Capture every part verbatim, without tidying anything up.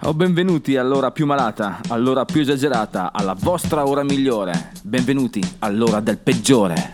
O benvenuti all'ora più malata, all'ora più esagerata, alla vostra ora migliore. Benvenuti all'ora del peggiore.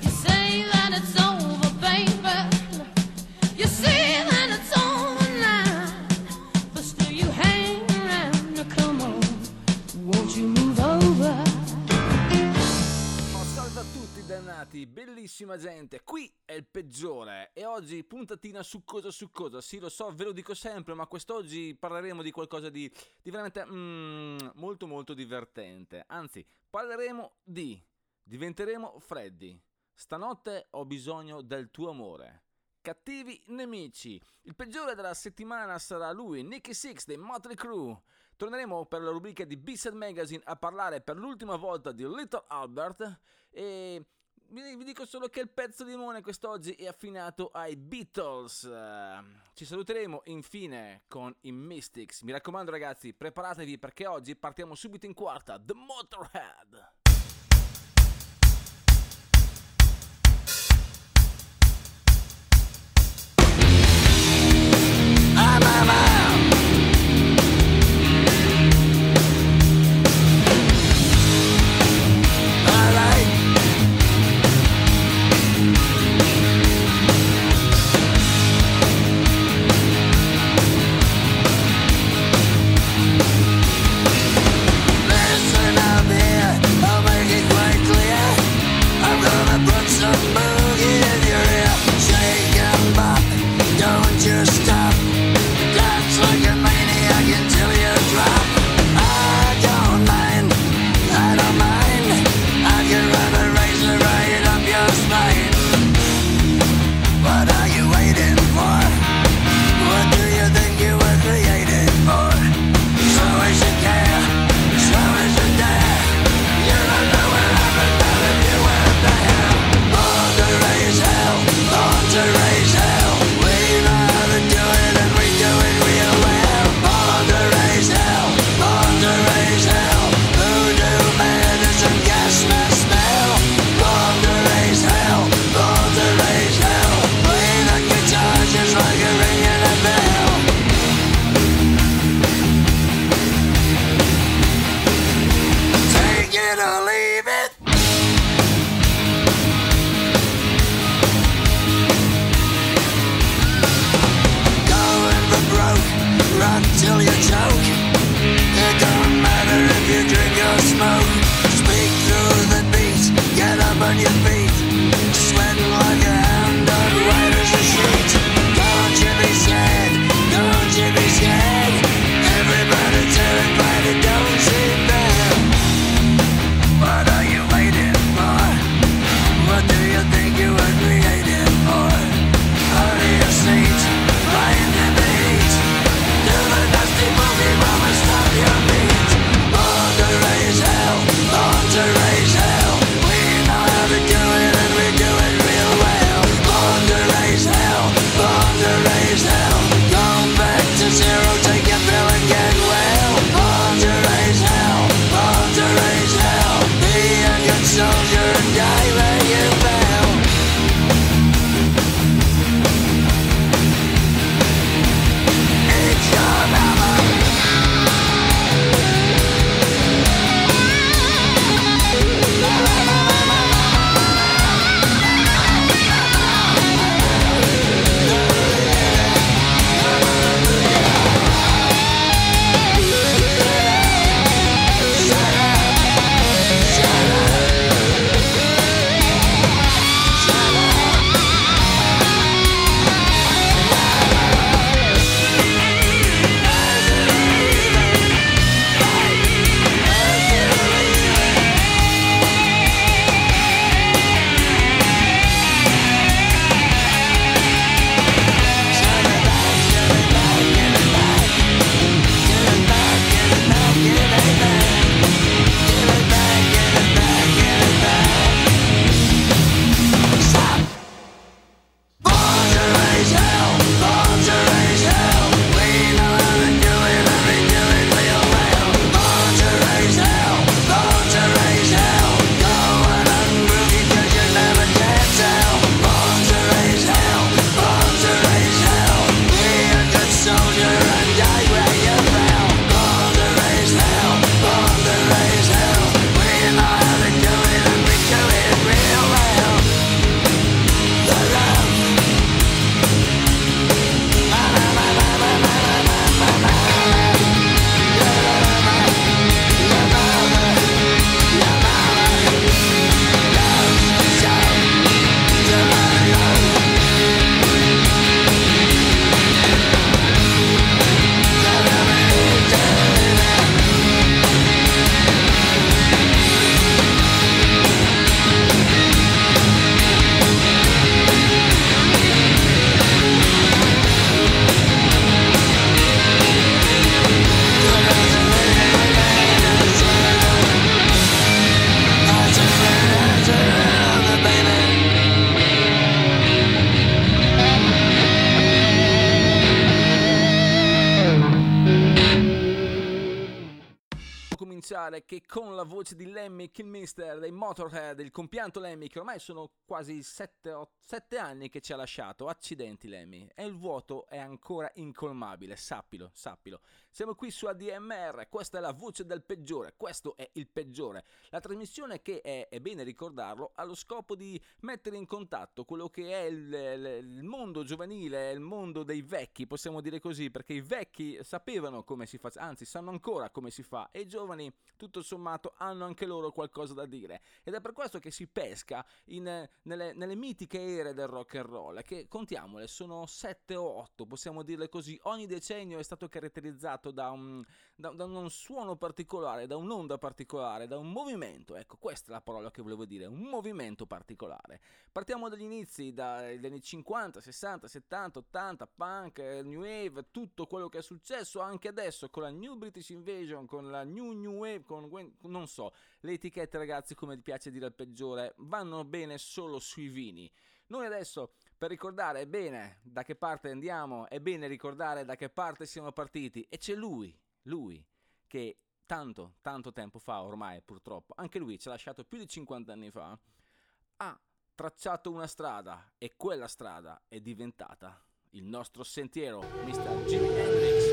Bellissima gente, qui è il peggiore e oggi puntatina su cosa su cosa, sì lo so, ve lo dico sempre, ma quest'oggi parleremo di qualcosa di, di veramente mm, molto molto divertente, anzi parleremo di diventeremo freddi, stanotte ho bisogno del tuo amore, cattivi nemici, il peggiore della settimana sarà lui, Nicky Six dei Motley Crue. Torneremo per la rubrica di B-Side Magazine a parlare per l'ultima volta di Little Albert e vi dico solo che il pezzo di limone quest'oggi è affinato ai Beatles. Ci saluteremo infine con i Mystics. Mi raccomando ragazzi, preparatevi perché oggi partiamo subito in quarta. The Motorhead. To raise hell, we know how to do it and we do it real well. ricordare che con la voce di Lemmy Kilmister dei Motorhead, il compianto Lemmy, che ormai sono quasi sette anni che ci ha lasciato, accidenti Lemmy, e il vuoto è ancora incolmabile, sappilo, sappilo. Siamo qui su A D M R, questa è la voce del peggiore, questo è il peggiore, la trasmissione che è, è bene ricordarlo, ha lo scopo di mettere in contatto quello che è il, il, il mondo giovanile, il mondo dei vecchi, possiamo dire così, perché i vecchi sapevano come si fa, anzi sanno ancora come si fa, e i giovani tutto sommato hanno anche loro qualcosa da dire, ed è per questo che si pesca in, nelle, nelle mitiche ere del rock and roll, che contiamole, sono sette o otto, possiamo dirle così. Ogni decennio è stato caratterizzato da un, da, da un suono particolare, da un'onda particolare, da un movimento, ecco, questa è la parola che volevo dire, un movimento particolare. Partiamo dagli inizi, dagli anni cinquanta, sessanta, settanta, ottanta, punk, new wave, tutto quello che è successo anche adesso con la New British Invasion, con la New New Wave, con non so, le etichette, ragazzi, come piace dire al peggiore, vanno bene solo sui vini. Noi adesso, per ricordare bene da che parte andiamo, è bene ricordare da che parte siamo partiti, e c'è lui, lui, che tanto, tanto tempo fa ormai, purtroppo, anche lui ci ha lasciato più di cinquanta anni fa, ha tracciato una strada, e quella strada è diventata il nostro sentiero, mister Jimi Hendrix.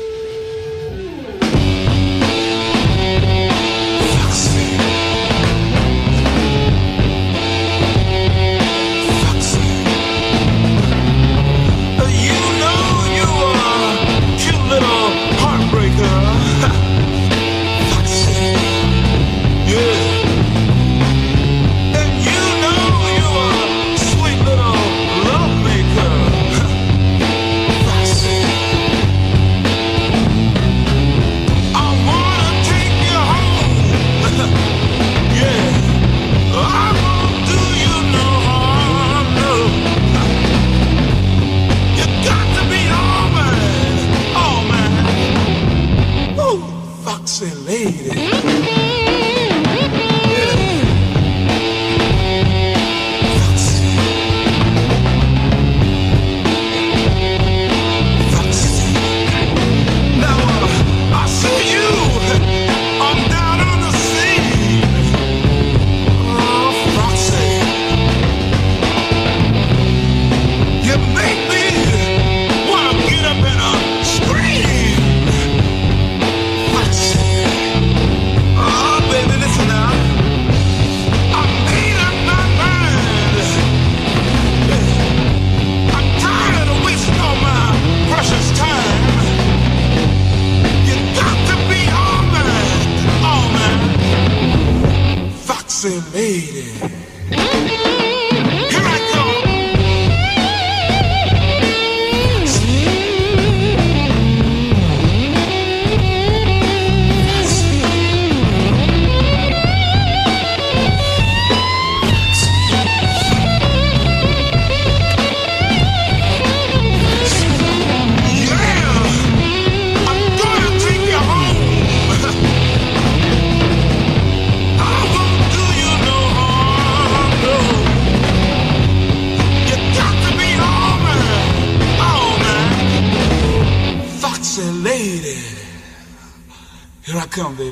Come, baby.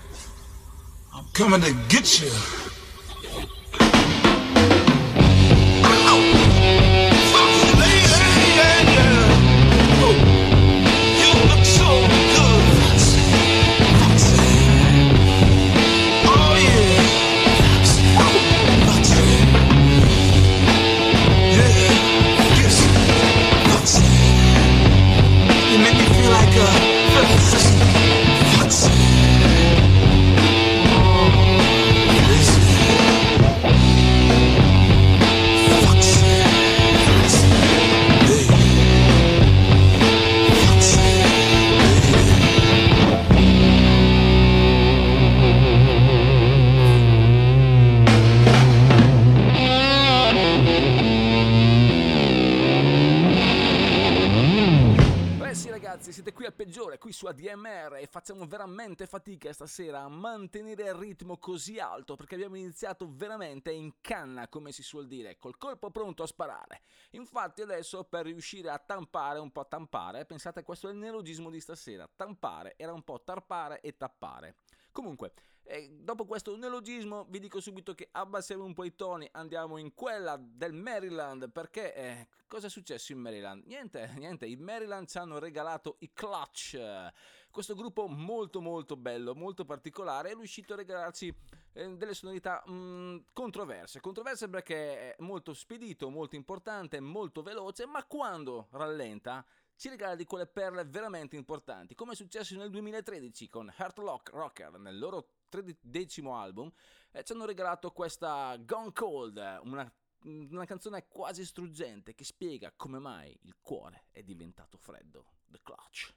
I'm coming to get you. Listen. il peggiore qui su A D M R e facciamo veramente fatica stasera a mantenere il ritmo così alto perché abbiamo iniziato veramente in canna, come si suol dire, col colpo pronto a sparare. Infatti adesso per riuscire a tampare, un po' a tampare, pensate questo è il neologismo di stasera, tampare era un po' tarpare e tappare. Comunque, eh, dopo questo neologismo vi dico subito che abbassiamo un po' i toni, andiamo in quella del Maryland, perché eh, cosa è successo in Maryland? Niente, niente, i Maryland ci hanno regalato i Clutch, questo gruppo molto molto bello, molto particolare, è riuscito a regalarci eh, delle sonorità mh, controverse, controverse perché è molto spedito, molto importante, molto veloce, ma quando rallenta ci regala di quelle perle veramente importanti, come è successo nel duemilatredici con Heart Lock Rocker, nel loro tredicesimo album, eh, ci hanno regalato questa Gone Cold, una, una canzone quasi struggente che spiega come mai il cuore è diventato freddo. The Clutch.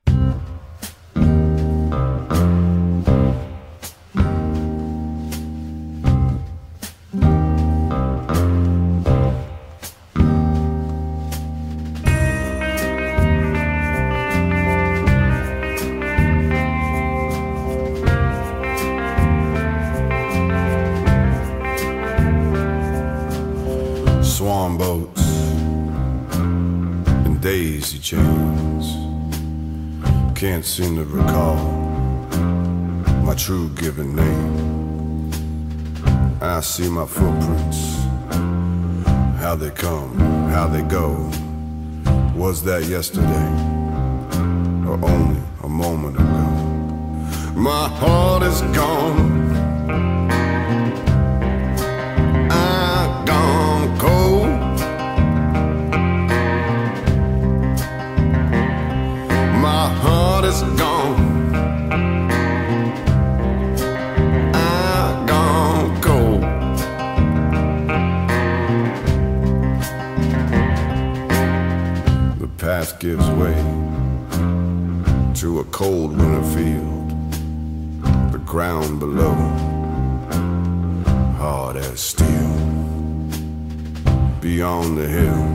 Swan boats and daisy chains. Can't seem to recall my true given name. I see my footprints, how they come, how they go. Was that yesterday or only a moment ago? My heart is gone. Cold. My heart is gone. I'm gone cold. The path gives way to a cold winter field. The ground below, hard as steel. Beyond the hill,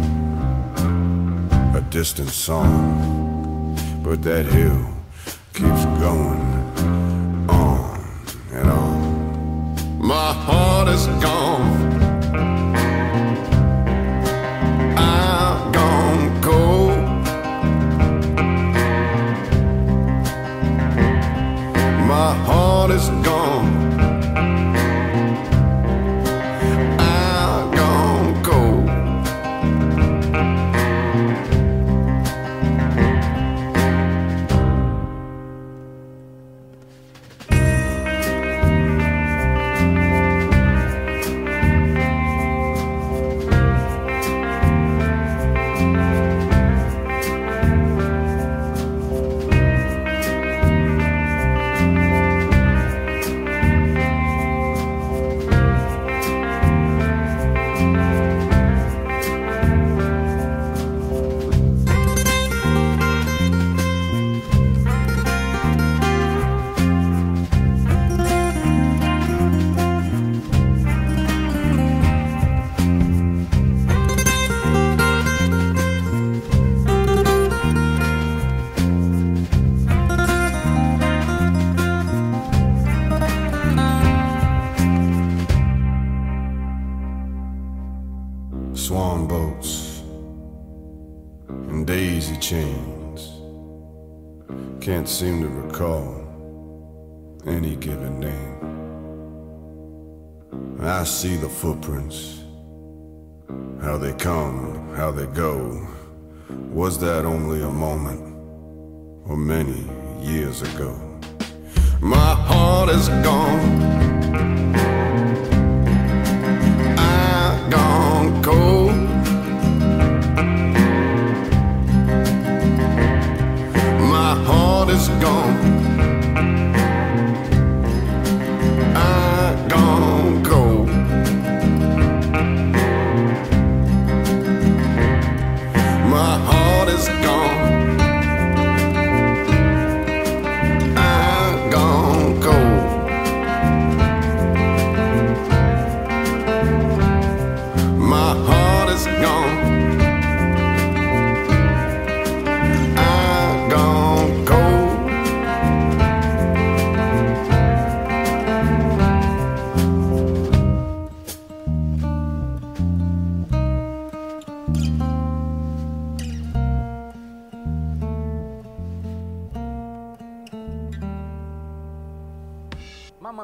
a distant song, but that hill keeps going on and on. My heart is gone. I'm gone cold. My heart is gone. Swan boats and daisy chains. Can't seem to recall any given name. I see the footprints, how they come, how they go. Was that only a moment or many years ago? My heart is gone. I'm gone cold. My heart is gone. I'm gone cold. My heart is gone. I'm gone cold. My heart is gone. I'm gone cold.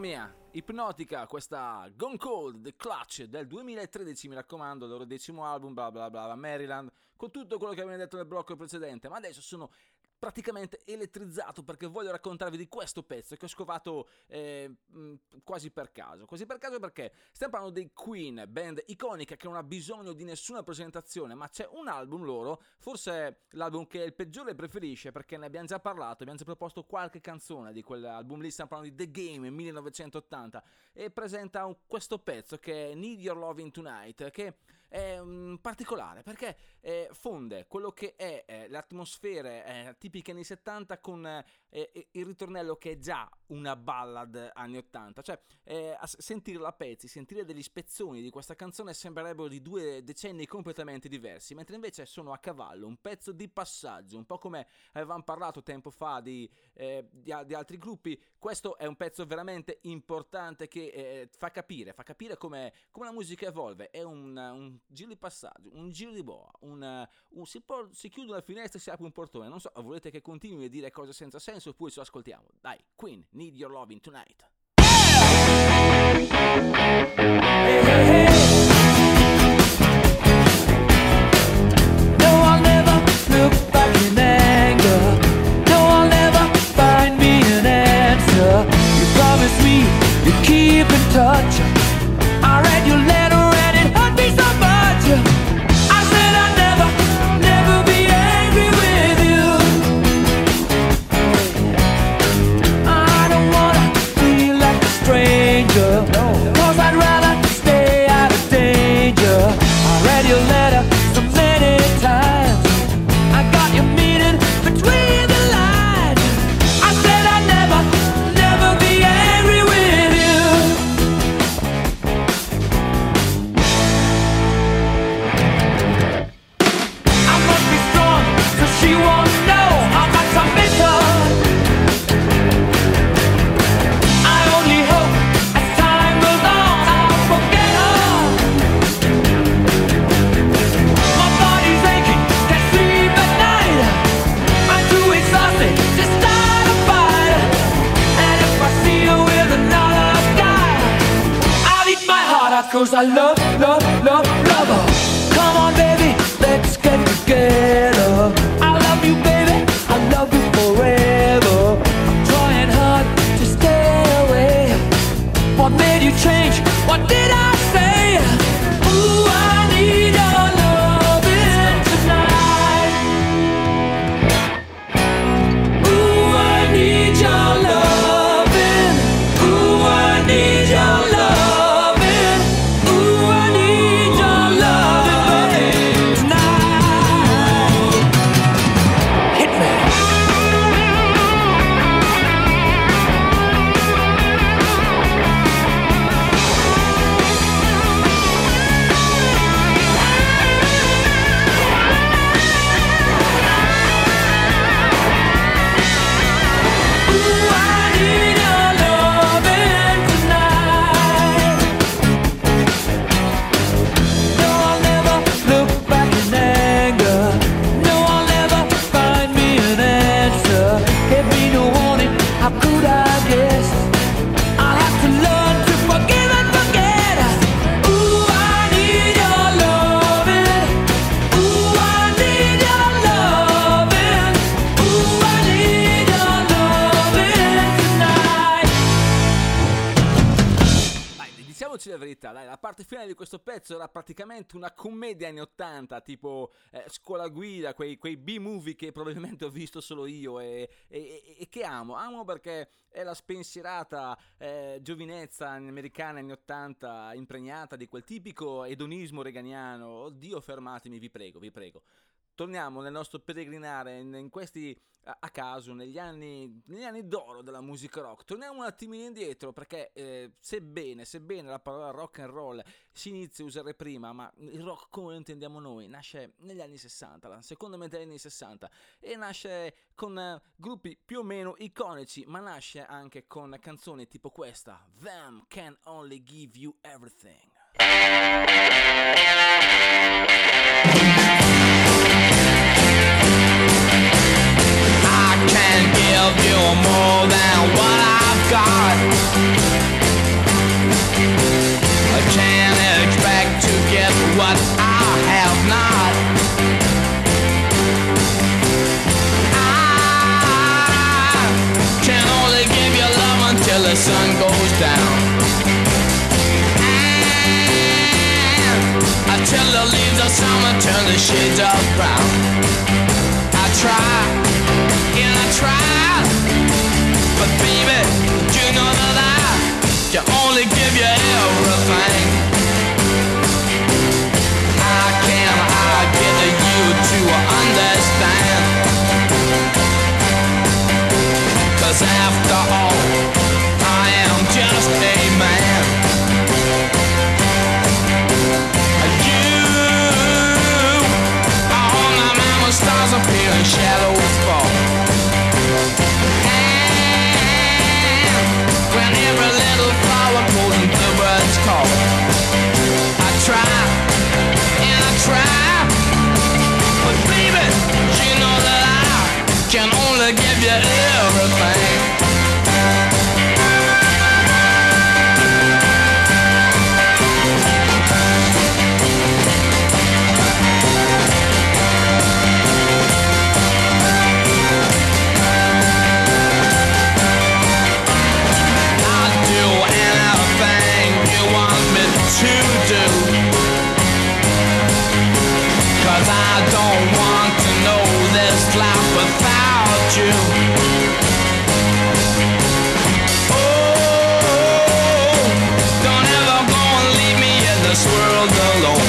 mia, ipnotica questa Gone Cold, The Clutch del duemilatredici, mi raccomando, il loro decimo album, bla bla bla, Maryland, con tutto quello che abbiamo detto nel blocco precedente, ma adesso sono praticamente elettrizzato perché voglio raccontarvi di questo pezzo che ho scovato eh, quasi per caso, quasi per caso perché stiamo parlando dei Queen, band iconica che non ha bisogno di nessuna presentazione, ma c'è un album loro, forse l'album che il peggiore preferisce perché ne abbiamo già parlato, abbiamo già proposto qualche canzone di quell'album lì, stiamo parlando di The Game millenovecentottanta e presenta un, questo pezzo che è Need Your Loving Tonight, che è um, particolare perché eh, fonde quello che è eh, le atmosfere eh, tipiche anni settanta con eh, il ritornello che è già una ballad anni ottanta, cioè eh, a sentirla a pezzi, sentire degli spezzoni di questa canzone sembrerebbero di due decenni completamente diversi, mentre invece sono a cavallo, un pezzo di passaggio, un po' come avevamo parlato tempo fa di, eh, di, di altri gruppi. Questo è un pezzo veramente importante che eh, fa capire, fa capire come, come la musica evolve, è un, un giro di passaggio, un giro di boa, un, un, si, può, si chiude una finestra e si apre un portone, non so, volete che continui a dire cose senza senso oppure ce lo ascoltiamo? Dai, Queen, Need Your Loving Tonight. Hey, hey, hey. No, I'll never look back in anger. No, I'll never find me an answer. You promised me you'd keep in touch. I read your letter and it hurt me so much. I said I'd never, never be angry with you. I don't wanna feel like a stranger, cause I'd rather stay out of danger. I read your letter so many times, I got your meaning between the lines. I said I'd never, never be angry with you. I must be strong so she won't know how much I miss her. I only hope as time goes on I'll forget her. My body's aching, can't sleep at night. I'm too exhausted to start a fight. And if I see her with another guy, I'll eat my heart out, cause I love, love, love, love her. Come on baby, let's get together. I love you baby, I love you forever. I'm trying hard to stay away. What made you change? What did I say? Ooh, I need your loving tonight. Ooh, I need your loving. Ooh, I need your loving. Ooh, I need your loving tonight. Hit me. Ooh, I need your loving tonight. No, I'll never look back in anger. No, I'll never find me an answer. Gave me no warning, how could I guess? I'll have to learn to forgive and forget. Ooh, I need your loving. Ooh, I need your loving. Ooh, I need your loving tonight. Dai, diciamoci la verità, dai, la parte finale di questo pezzo era praticamente una commedia anni ottanta, tipo eh, Scuola Guida, quei, quei B-movie che probabilmente ho visto solo io e, e- e che amo, amo perché è la spensierata eh, giovinezza americana anni ottanta impregnata di quel tipico edonismo reganiano. Oddio, fermatemi, vi prego, vi prego. Torniamo nel nostro peregrinare in, in questi a, a caso negli anni, negli anni d'oro della musica rock. Torniamo un attimino indietro perché eh, sebbene, sebbene la parola rock and roll si inizia a usare prima, ma il rock come lo intendiamo noi nasce negli anni sessanta, la seconda metà degli anni sessanta, e nasce con eh, gruppi più o meno iconici, ma nasce anche con canzoni tipo questa, Them Can Only Give You Everything. I can give you more than what I've got. summer turns the shades of brown. I try, and I try, but baby, you know that I can only give you everything. How can I get you to understand? 'Cause after all, I am just a man. Stars appear and shadows fall, and when every little flower grows and the birds call, I try and I try, but baby, you know that I can only give you everything. To do, 'cause I don't want to know this life without you. Oh, don't ever go and leave me in this world alone.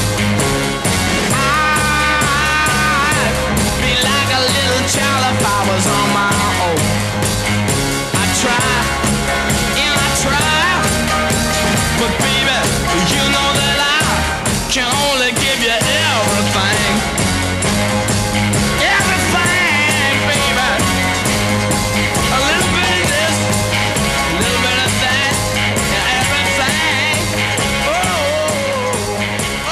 I'd be like a little child if I was on my own. I try and I try, but baby, you know that I can only give you everything. Everything, baby. A little bit of this, a little bit of that, and everything. Oh, oh,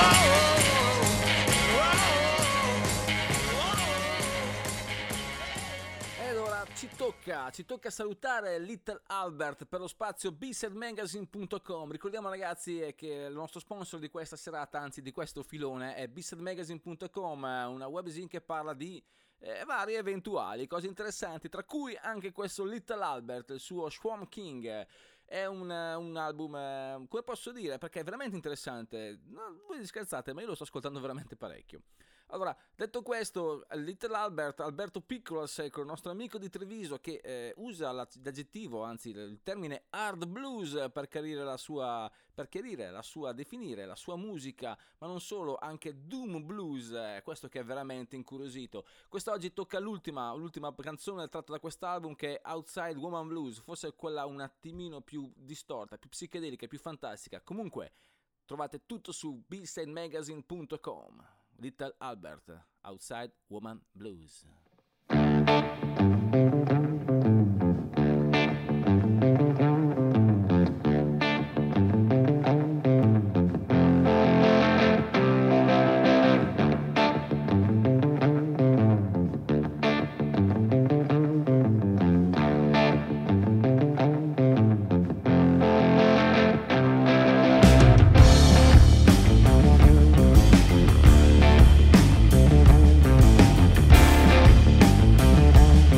oh, oh. Ed ora ci tocca, ci tocca salutare Little Albert per lo spazio b side magazine punto com. Ricordiamo ragazzi eh, che il nostro sponsor di questa serata, anzi di questo filone, è b side magazine punto com, una webzine che parla di eh, vari eventuali, cose interessanti, tra cui anche questo Little Albert, il suo Swamp King. È un, un album, eh, come posso dire, perché è veramente interessante. No, voi scherzate, ma io lo sto ascoltando veramente parecchio. Allora, detto questo, Little Albert, Alberto Piccolo al secolo, il nostro amico di Treviso, che eh, usa l'aggettivo, anzi il termine hard blues per chiarire la sua, per chiarire la sua, definire la sua musica, ma non solo, anche doom blues, eh, questo che è veramente incuriosito. Quest'oggi tocca l'ultima, l'ultima canzone tratta da quest'album, che è Outside Woman Blues, forse quella un attimino più distorta, più psichedelica, più fantastica. Comunque, trovate tutto su b side magazine punto com. Little Albert, Outside Woman Blues. Outside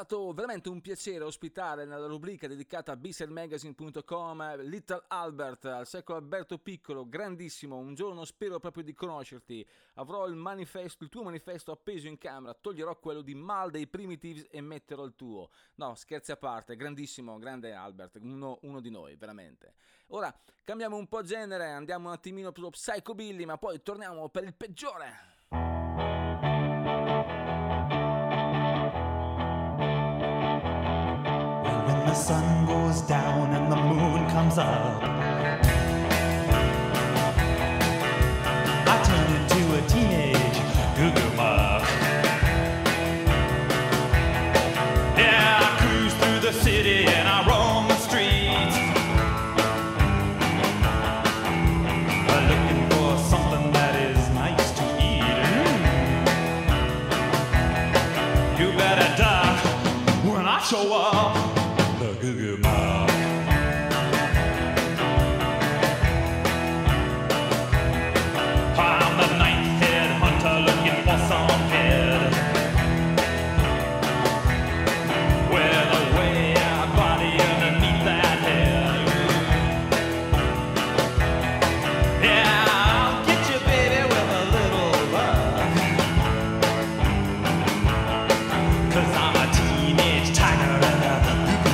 stato veramente un piacere ospitare nella rubrica dedicata a b side magazine punto com Little Albert, al secolo Alberto Piccolo, grandissimo. Un giorno spero proprio di conoscerti. Avrò il manifesto, il tuo manifesto appeso in camera, toglierò quello di Mal dei Primitives e metterò il tuo. No, scherzi a parte, grandissimo, grande Albert, uno, uno di noi, veramente. Ora cambiamo un po' genere, andiamo un attimino sullo psychobilly, ma poi torniamo per il peggiore. When the sun goes down and the moon comes up, I turn into a teenage goo-goo muff. Yeah, I cruise through the city and I roam the streets, looking for something that is nice to eat. Mm. You better duck when I show up. The Goo Goo Mob. I'm the ninth head hunter looking for some head with a way out body underneath that head. Yeah, I'll get you, baby, with a little love, 'cause I'm a teenage tiger and a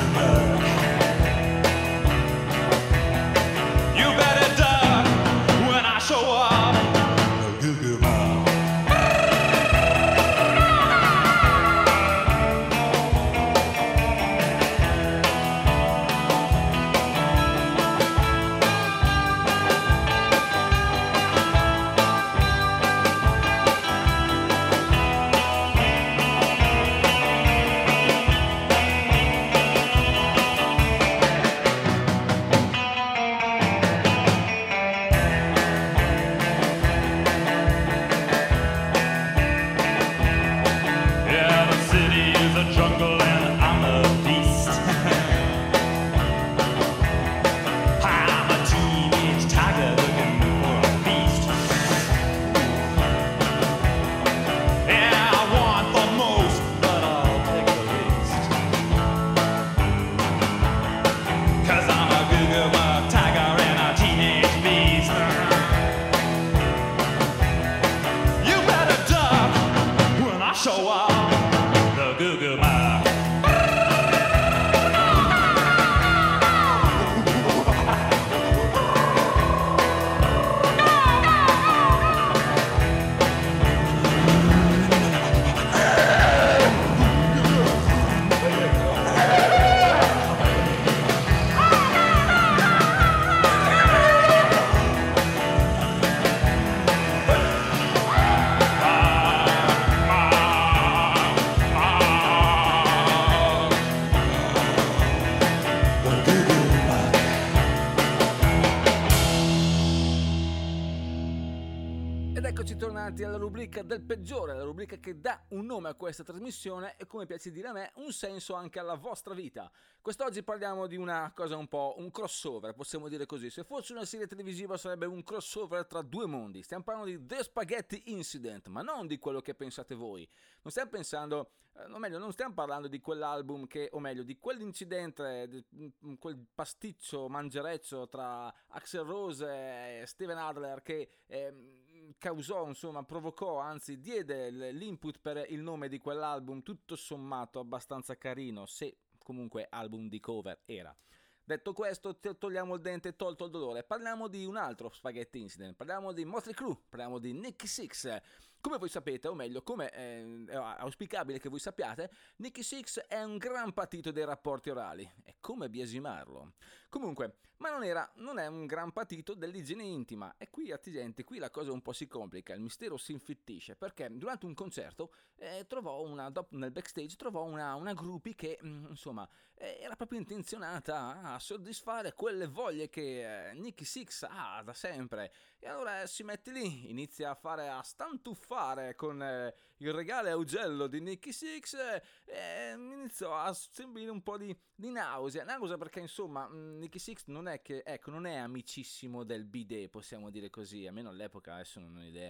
Alla rubrica del peggiore, la rubrica che dà un nome a questa trasmissione e, come piace dire a me, un senso anche alla vostra vita. Quest'oggi parliamo di una cosa un po', un crossover, possiamo dire così. Se fosse una serie televisiva sarebbe un crossover tra due mondi. Stiamo parlando di The Spaghetti Incident, ma non di quello che pensate voi. Non stiamo pensando, eh, o meglio, non stiamo parlando di quell'album che, o meglio, di quell'incidente, di, quel pasticcio mangereccio tra Axl Rose e Steven Adler che eh, causò, insomma, provocò, anzi diede l'input per il nome di quell'album, tutto sommato abbastanza carino, se comunque album di cover era. Detto questo, togliamo il dente, tolto il dolore, parliamo di un altro Spaghetti Incident, parliamo di Motley Crue, parliamo di Nikki Sixx. Come voi sapete, o meglio, come eh, è auspicabile che voi sappiate, Nikki Sixx è un gran patito dei rapporti orali. E come biasimarlo? Comunque, ma non era, non è un gran patito dell'igiene intima. E qui, attenzione, qui la cosa un po' si complica, il mistero si infittisce, perché durante un concerto eh, trovò una, nel backstage trovò una, una groupie che, mh, insomma, eh, era proprio intenzionata a soddisfare quelle voglie che eh, Nikki Sixx ha da sempre. E allora eh, si mette lì, inizia a fare, a stantuffare con eh, il regale a ugello di Nikki Sixx e eh, iniziò a sentire un po' di, di nausea, nausea perché insomma mh, Nikki Sixx non è che, ecco, non è amicissimo del bidet, possiamo dire così, almeno all'epoca, adesso non ho idea.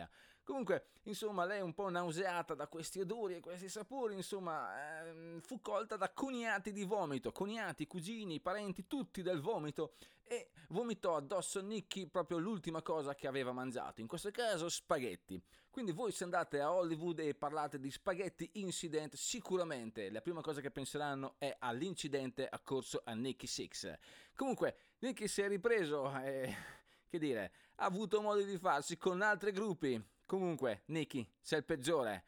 Comunque, insomma, lei un po' nauseata da questi odori e questi sapori, insomma, ehm, fu colta da coniati di vomito, coniati, cugini, parenti, tutti del vomito, e vomitò addosso a Nicky proprio l'ultima cosa che aveva mangiato, in questo caso spaghetti. Quindi voi se andate a Hollywood e parlate di spaghetti incident, sicuramente la prima cosa che penseranno è all'incidente accorso a Nicky Six. Comunque, Nicky si è ripreso e, che dire, ha avuto modo di farsi con altri gruppi. Comunque, Nicky, sei il peggiore.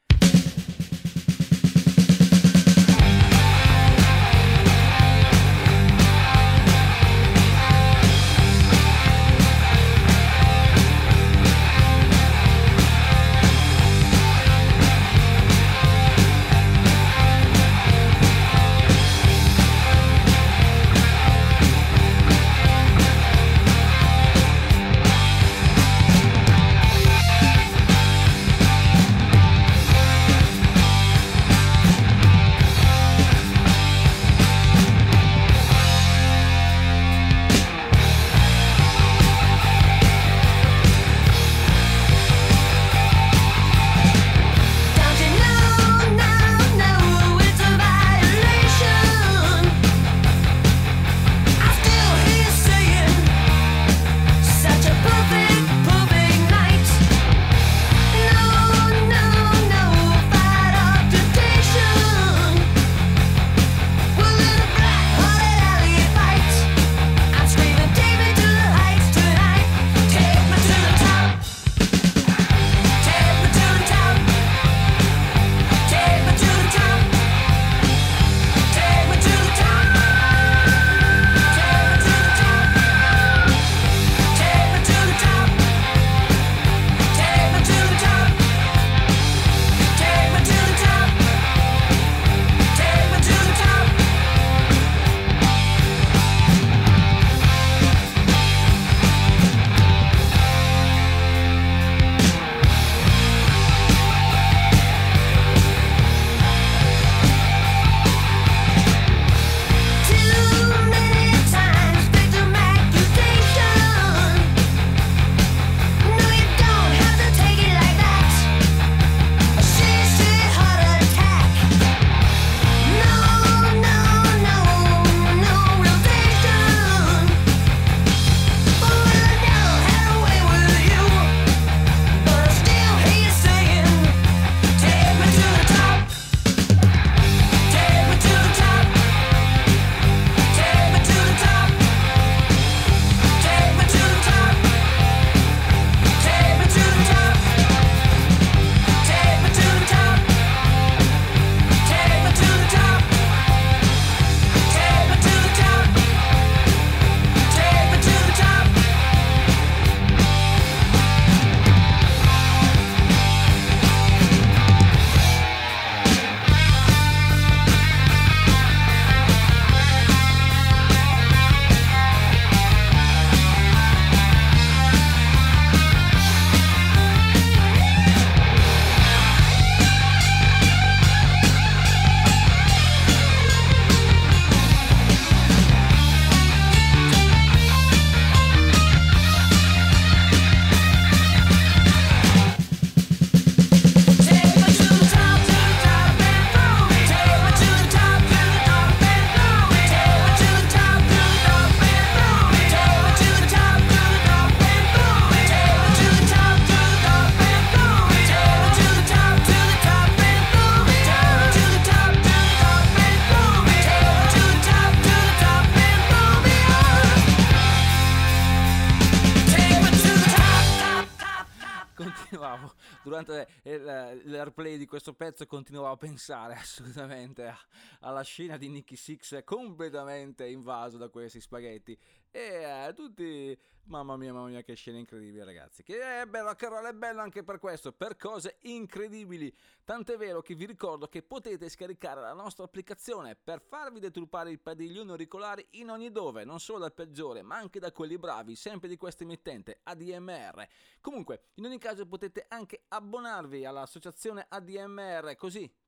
continuavo durante il- l'airplay di questo pezzo continuavo a pensare assolutamente a- alla scena di Nicky Six completamente invaso da questi spaghetti e eh, tutti, mamma mia, mamma mia, che scena incredibile, ragazzi, che è bello, Carola, è bello anche per questo, per cose incredibili, tant'è vero che vi ricordo che potete scaricare la nostra applicazione per farvi deturpare il padiglione auricolari in ogni dove, non solo dal peggiore ma anche da quelli bravi, sempre di questa emittente A D M R. Comunque, in ogni caso potete anche abbonarvi all'associazione A D M R, così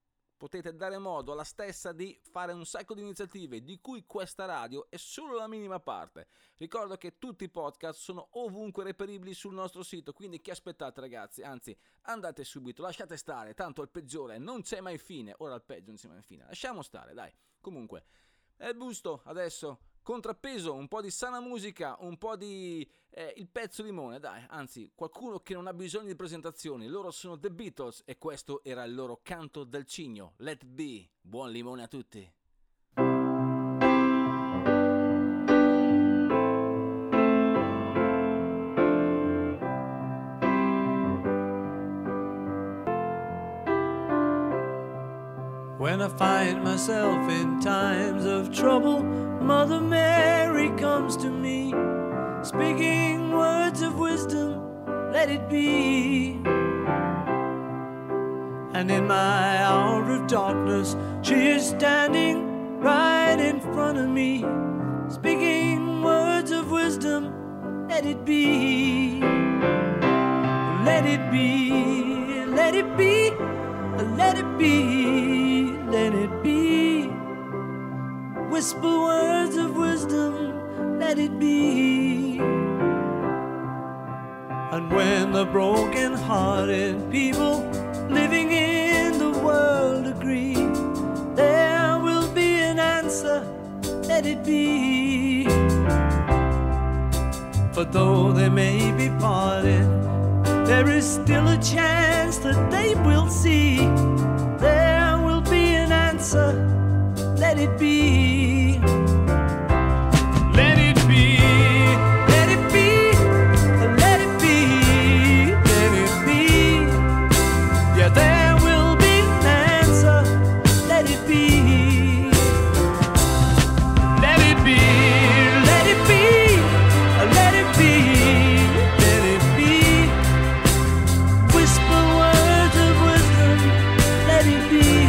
potete dare modo alla stessa di fare un sacco di iniziative di cui questa radio è solo la minima parte. Ricordo che tutti i podcast sono ovunque reperibili sul nostro sito, quindi che aspettate ragazzi? Anzi, andate subito, lasciate stare, tanto il peggiore non c'è mai fine. Ora il peggio non c'è mai fine, lasciamo stare, dai. Comunque, è il busto adesso, contrappeso, un po' di sana musica, un po' di eh, il pezzo limone, dai, anzi, qualcuno che non ha bisogno di presentazioni. Loro sono The Beatles e questo era il loro canto del cigno, Let It Be. Buon limone a tutti. When I find myself in times of trouble, Mother Mary comes to me, speaking words of wisdom, let it be. And in my hour of darkness, she is standing right in front of me, speaking words of wisdom, let it be. Let it be, let it be, let it be, let it be. Whisper words of wisdom, let it be. And when the broken-hearted people living in the world agree, there will be an answer, let it be. For though they may be parted, there is still a chance that they will see. There will be an answer, let it be. Let it be, let it be, let it be, let it be. Yeah, there will be an answer, let it be. Let it be, let it be, let it be, let it be. Whisper words of wisdom, let it be.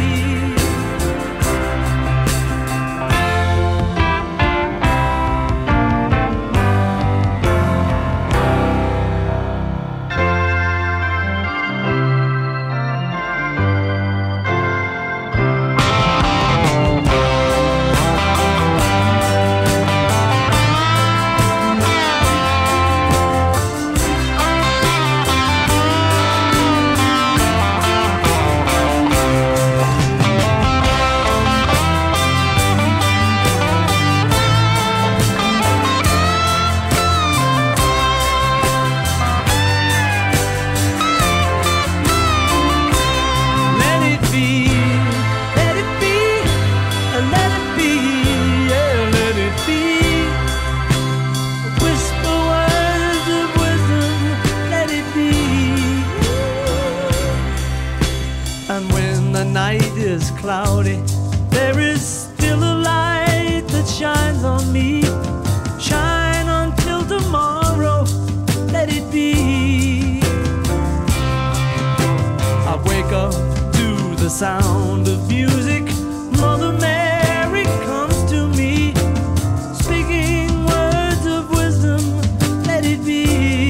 Cloudy, there is still a light that shines on me. Shine until tomorrow, let it be. I wake up to the sound of music. Mother Mary comes to me, speaking words of wisdom, let it be.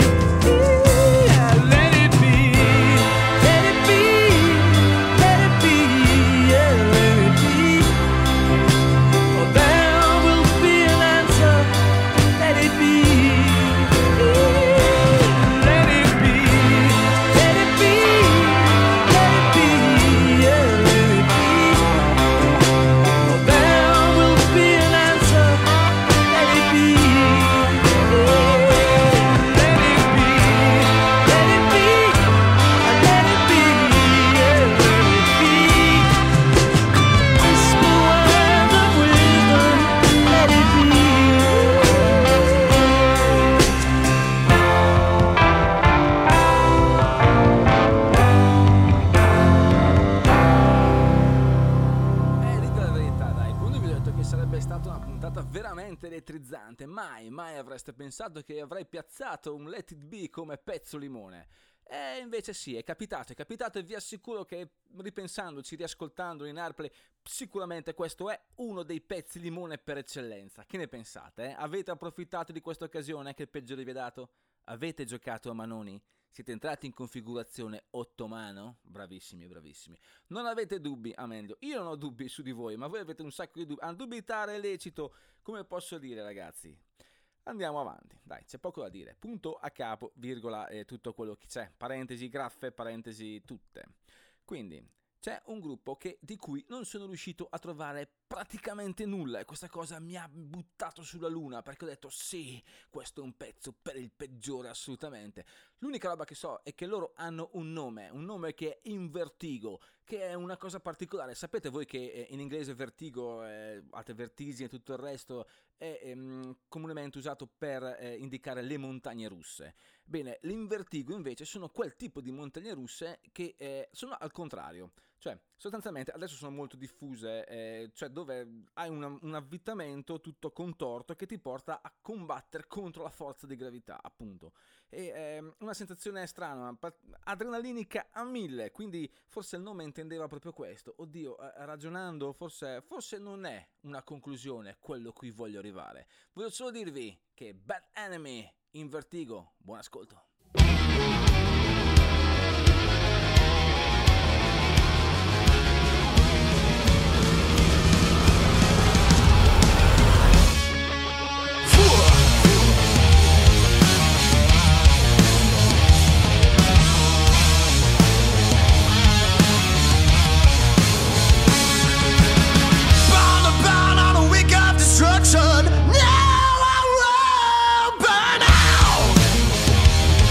Elettrizzante, mai, mai avreste pensato che avrei piazzato un Let It Be come pezzo limone. E invece sì, è capitato, è capitato e vi assicuro che ripensandoci, riascoltandolo in Airplay, sicuramente questo è uno dei pezzi limone per eccellenza. Che ne pensate? Eh? Avete approfittato di questa occasione che il peggiore vi ha dato? Avete giocato a Manoni? Siete entrati in configurazione ottomano? Bravissimi, bravissimi. Non avete dubbi, a meglio. Io non ho dubbi su di voi, ma voi avete un sacco di dubbi. A dubitare è lecito, come posso dire, ragazzi? Andiamo avanti, dai, c'è poco da dire. Punto a capo, virgola e tutto quello che c'è. Parentesi graffe, parentesi tutte. Quindi c'è un gruppo che, di cui non sono riuscito a trovare praticamente nulla e questa cosa mi ha buttato sulla luna, perché ho detto sì, questo è un pezzo per il peggiore assolutamente. L'unica roba che so è che loro hanno un nome, un nome che è Invertigo, che è una cosa particolare. Sapete voi che in inglese vertigo, eh, altre vertigini e tutto il resto è ehm, comunemente usato per eh, indicare le montagne russe. Bene, l'Invertigo invece sono quel tipo di montagne russe che eh, sono al contrario. Cioè, sostanzialmente adesso sono molto diffuse, eh, cioè dove hai una, un avvitamento tutto contorto che ti porta a combattere contro la forza di gravità, appunto. E eh, una sensazione strana, adrenalinica a mille, quindi forse il nome intendeva proprio questo. Oddio, eh, ragionando, forse, forse non è una conclusione quello a cui voglio arrivare. Voglio solo dirvi che Bad Enemy, Invertigo, buon ascolto. Now I will burn out.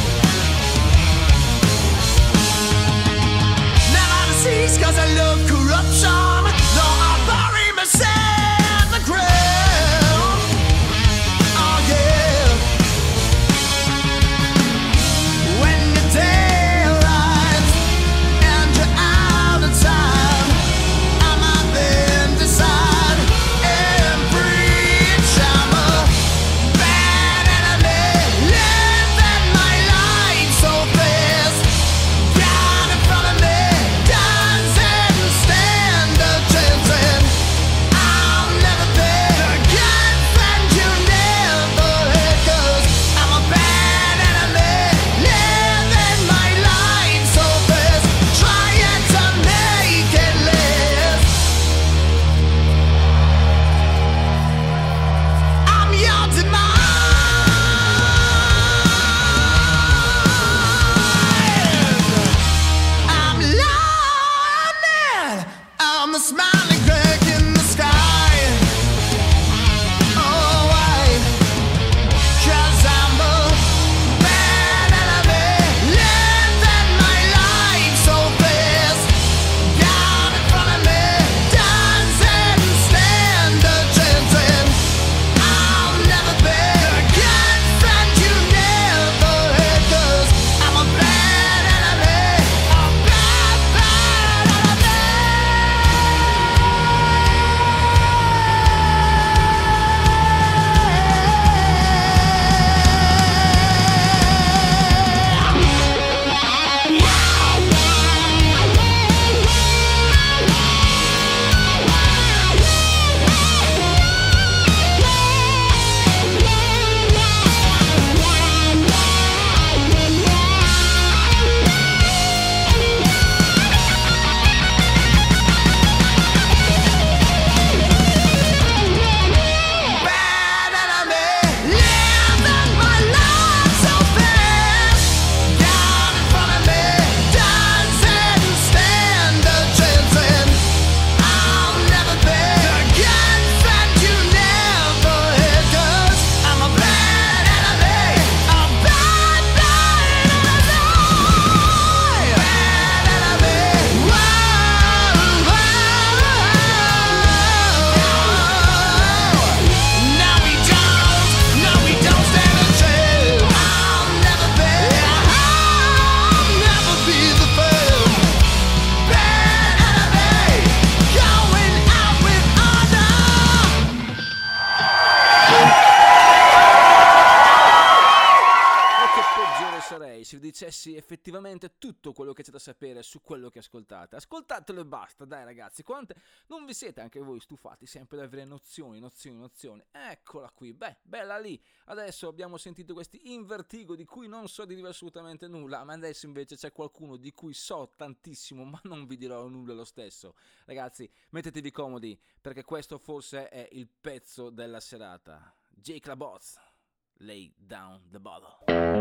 se vi dicessi effettivamente tutto quello che c'è da sapere su quello che ascoltate? Ascoltatelo e basta, dai ragazzi, quante... non vi siete anche voi stufati sempre di avere nozioni, nozioni, nozioni? Eccola qui, beh, bella lì. Adesso abbiamo sentito questi in vertigo di cui non so dire assolutamente nulla, ma adesso invece c'è qualcuno di cui so tantissimo, ma non vi dirò nulla lo stesso. Ragazzi, mettetevi comodi, perché questo forse è il pezzo della serata. Jake LaBoz, Lay Down the Bottle.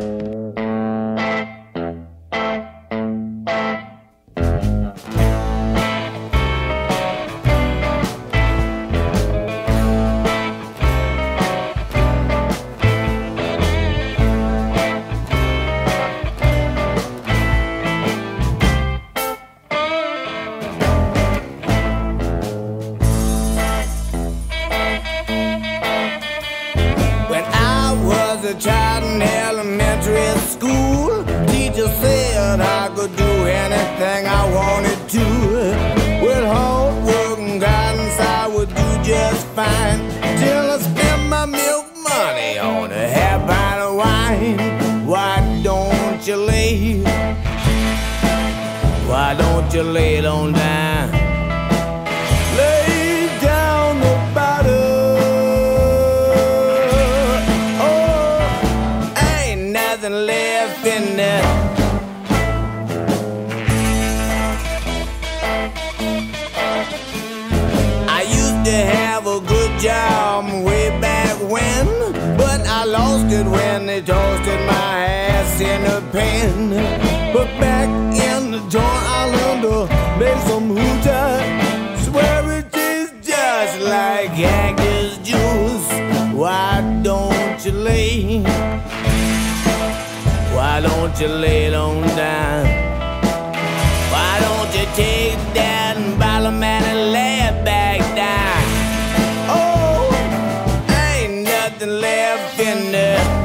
A child in elementary school, teacher said I could do anything I wanted to. With hard work and guidance I would do just fine, till I spent my milk money on a half pint of wine. Why don't you lay? Why don't you lay it on down? Lay down the bottle. Left in there. I used to have a good job way back when, but I lost it when they toasted my ass in a pan. But back in the joint I learned to make some hooter. Swear it tastes just like cactus juice. Why don't you lay? Why don't you lay it on down? Why don't you take that bottle man and lay it back down? Oh, ain't nothing left in there.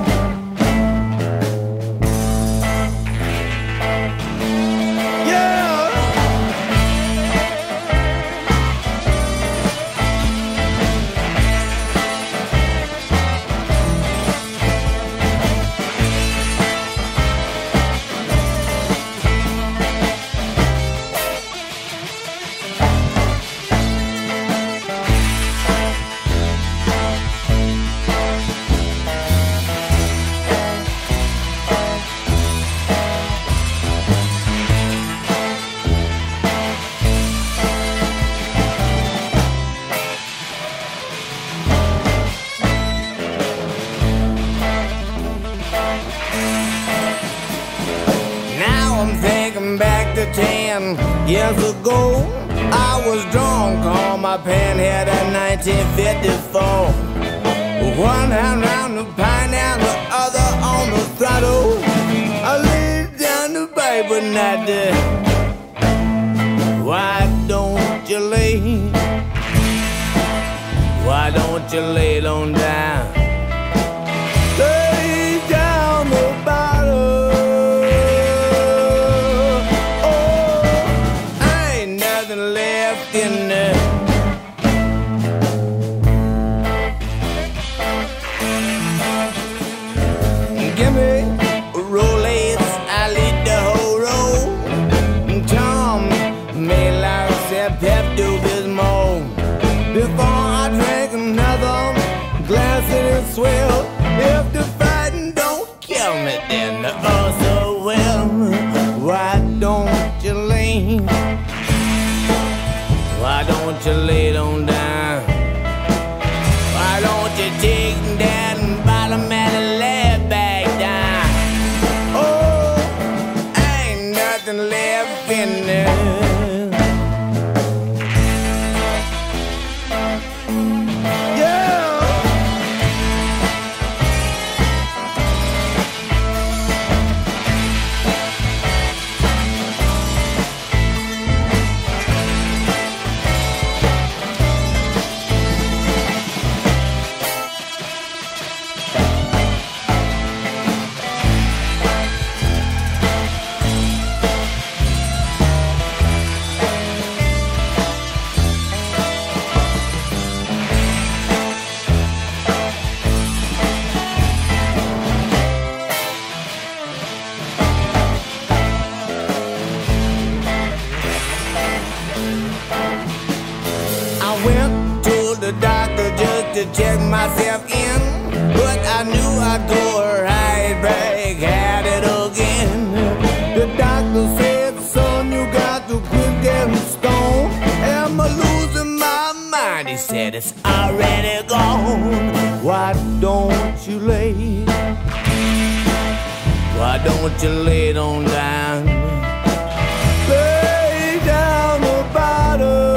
Ten years ago, I was drunk on my panhead in nineteen fifty-four. One hand round the pine and the other on the throttle. I laid down the Bible not there. Why don't you lay? Why don't you lay it on down? Lay down the bottle. Left in there. Give me a Rolex, I lead the whole road. Tom made like said Pepto-Bismol. Before I drink another glass of it swell. If the fighting don't kill me, then the also will. Why don't you lean? Why don't you lay it on down? Why don't you take that bottom and lay it back down? Oh, ain't nothing left in there. to check myself in, but I knew I'd go right back at it again. The doctor said, son, you got to quit getting stoned. Am I losing my mind? He said, it's already gone. Why don't you lay? Why don't you lay it on down? Lay down the bottle.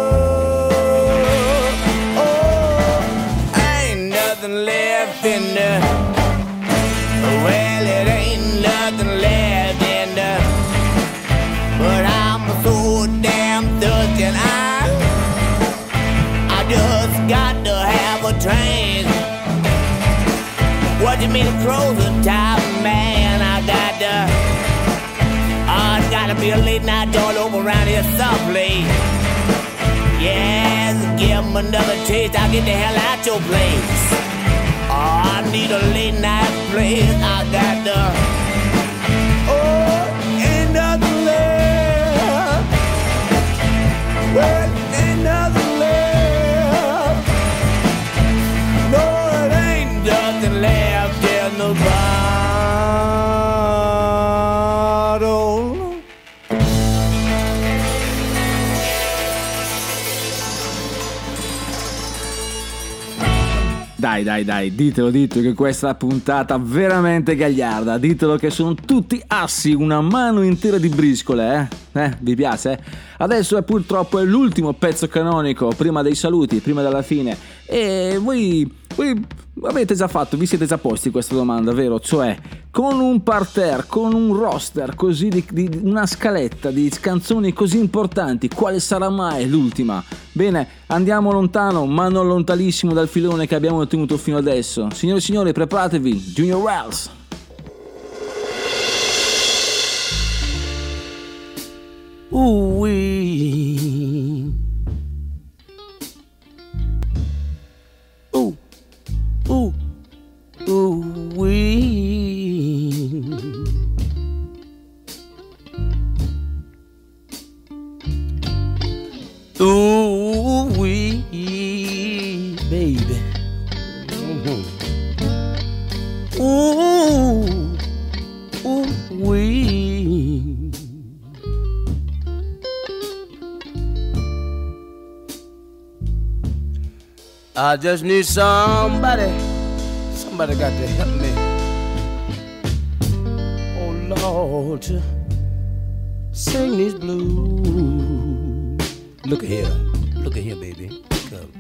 Oh, ain't nothing left in the. Well, it ain't nothing left in the. But I'm so damn thirsty and I, I just got to have a drink. What do you mean to close the top, man? I got to, oh, it's gotta be a late night all over around here softly. Yes, give him another taste, I'll get the hell out your place. Oh, I need a late night place, I got to, oh, ain't nothing left. Well, ain't nothing left. No, it ain't nothing left in the bottle. Dai, dai, dai, ditelo, ditelo che questa è una puntata veramente gagliarda. Ditelo che sono tutti assi, una mano intera di briscole, eh? Eh, vi piace? Adesso è purtroppo è l'ultimo pezzo canonico, prima dei saluti, prima della fine. E voi, voi avete già fatto, vi siete già posti questa domanda, vero? Cioè, con un parterre, con un roster così di, di una scaletta di canzoni così importanti, quale sarà mai l'ultima? Bene, andiamo lontano, ma non lontanissimo dal filone che abbiamo tenuto fino adesso. Signore e signori, preparatevi, Junior Wells. Ooh-wee. Ooh, ooh, ooh-wee. Ooh-wee, baby. Mm-hmm. Ooh, ooh-wee. I just need somebody, somebody got to help me. Oh Lord, to sing these blues. Look at here, look at here, baby. Come.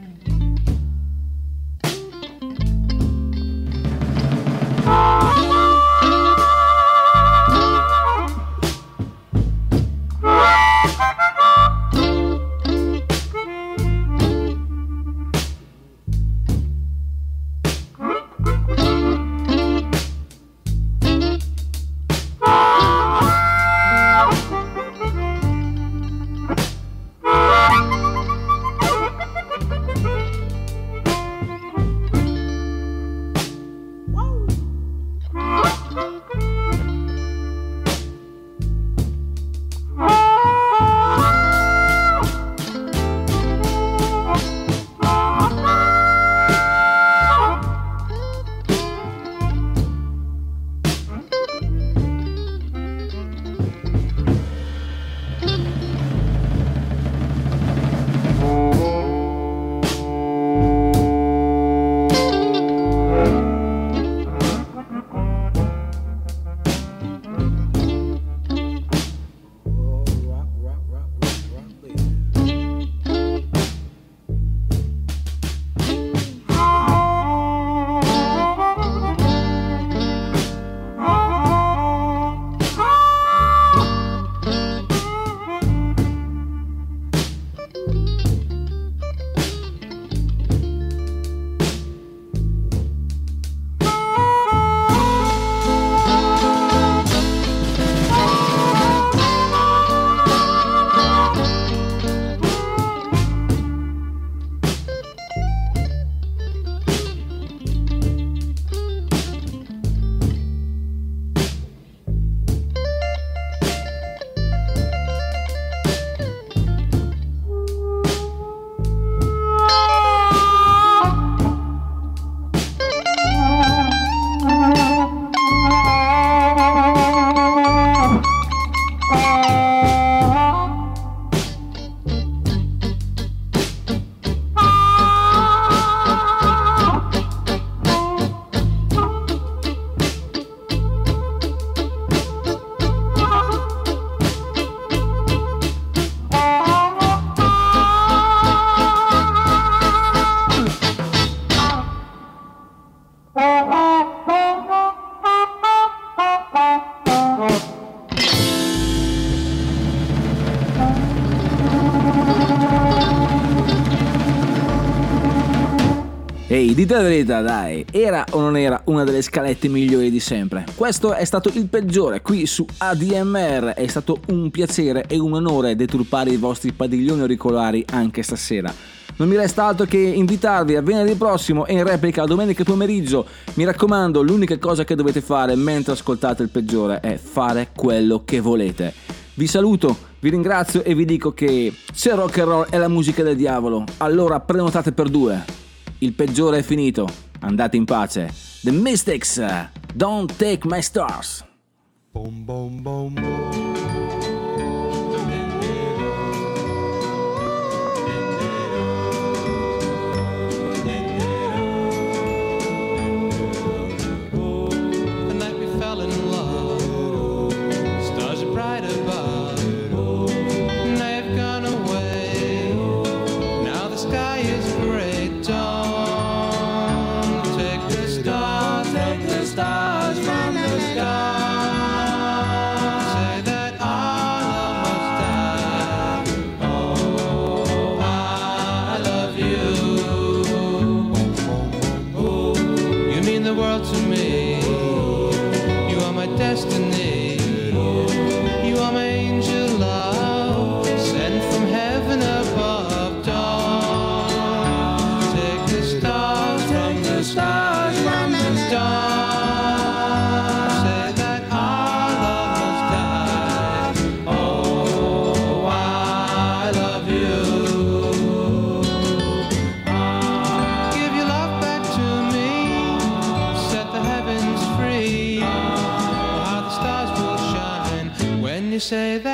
Dite la verità, dai, era o non era una delle scalette migliori di sempre? Questo è stato il peggiore qui su A D M R. È stato un piacere e un onore deturpare i vostri padiglioni auricolari anche stasera. Non mi resta altro che invitarvi a venerdì prossimo e in replica domenica pomeriggio. Mi raccomando, l'unica cosa che dovete fare mentre ascoltate il peggiore è fare quello che volete. Vi saluto, vi ringrazio e vi dico che se rock and roll è la musica del diavolo, allora prenotate per due. Il peggiore è finito, andate in pace. The Mystics, Don't Take My Stars. Boom, boom, boom, boom. Say that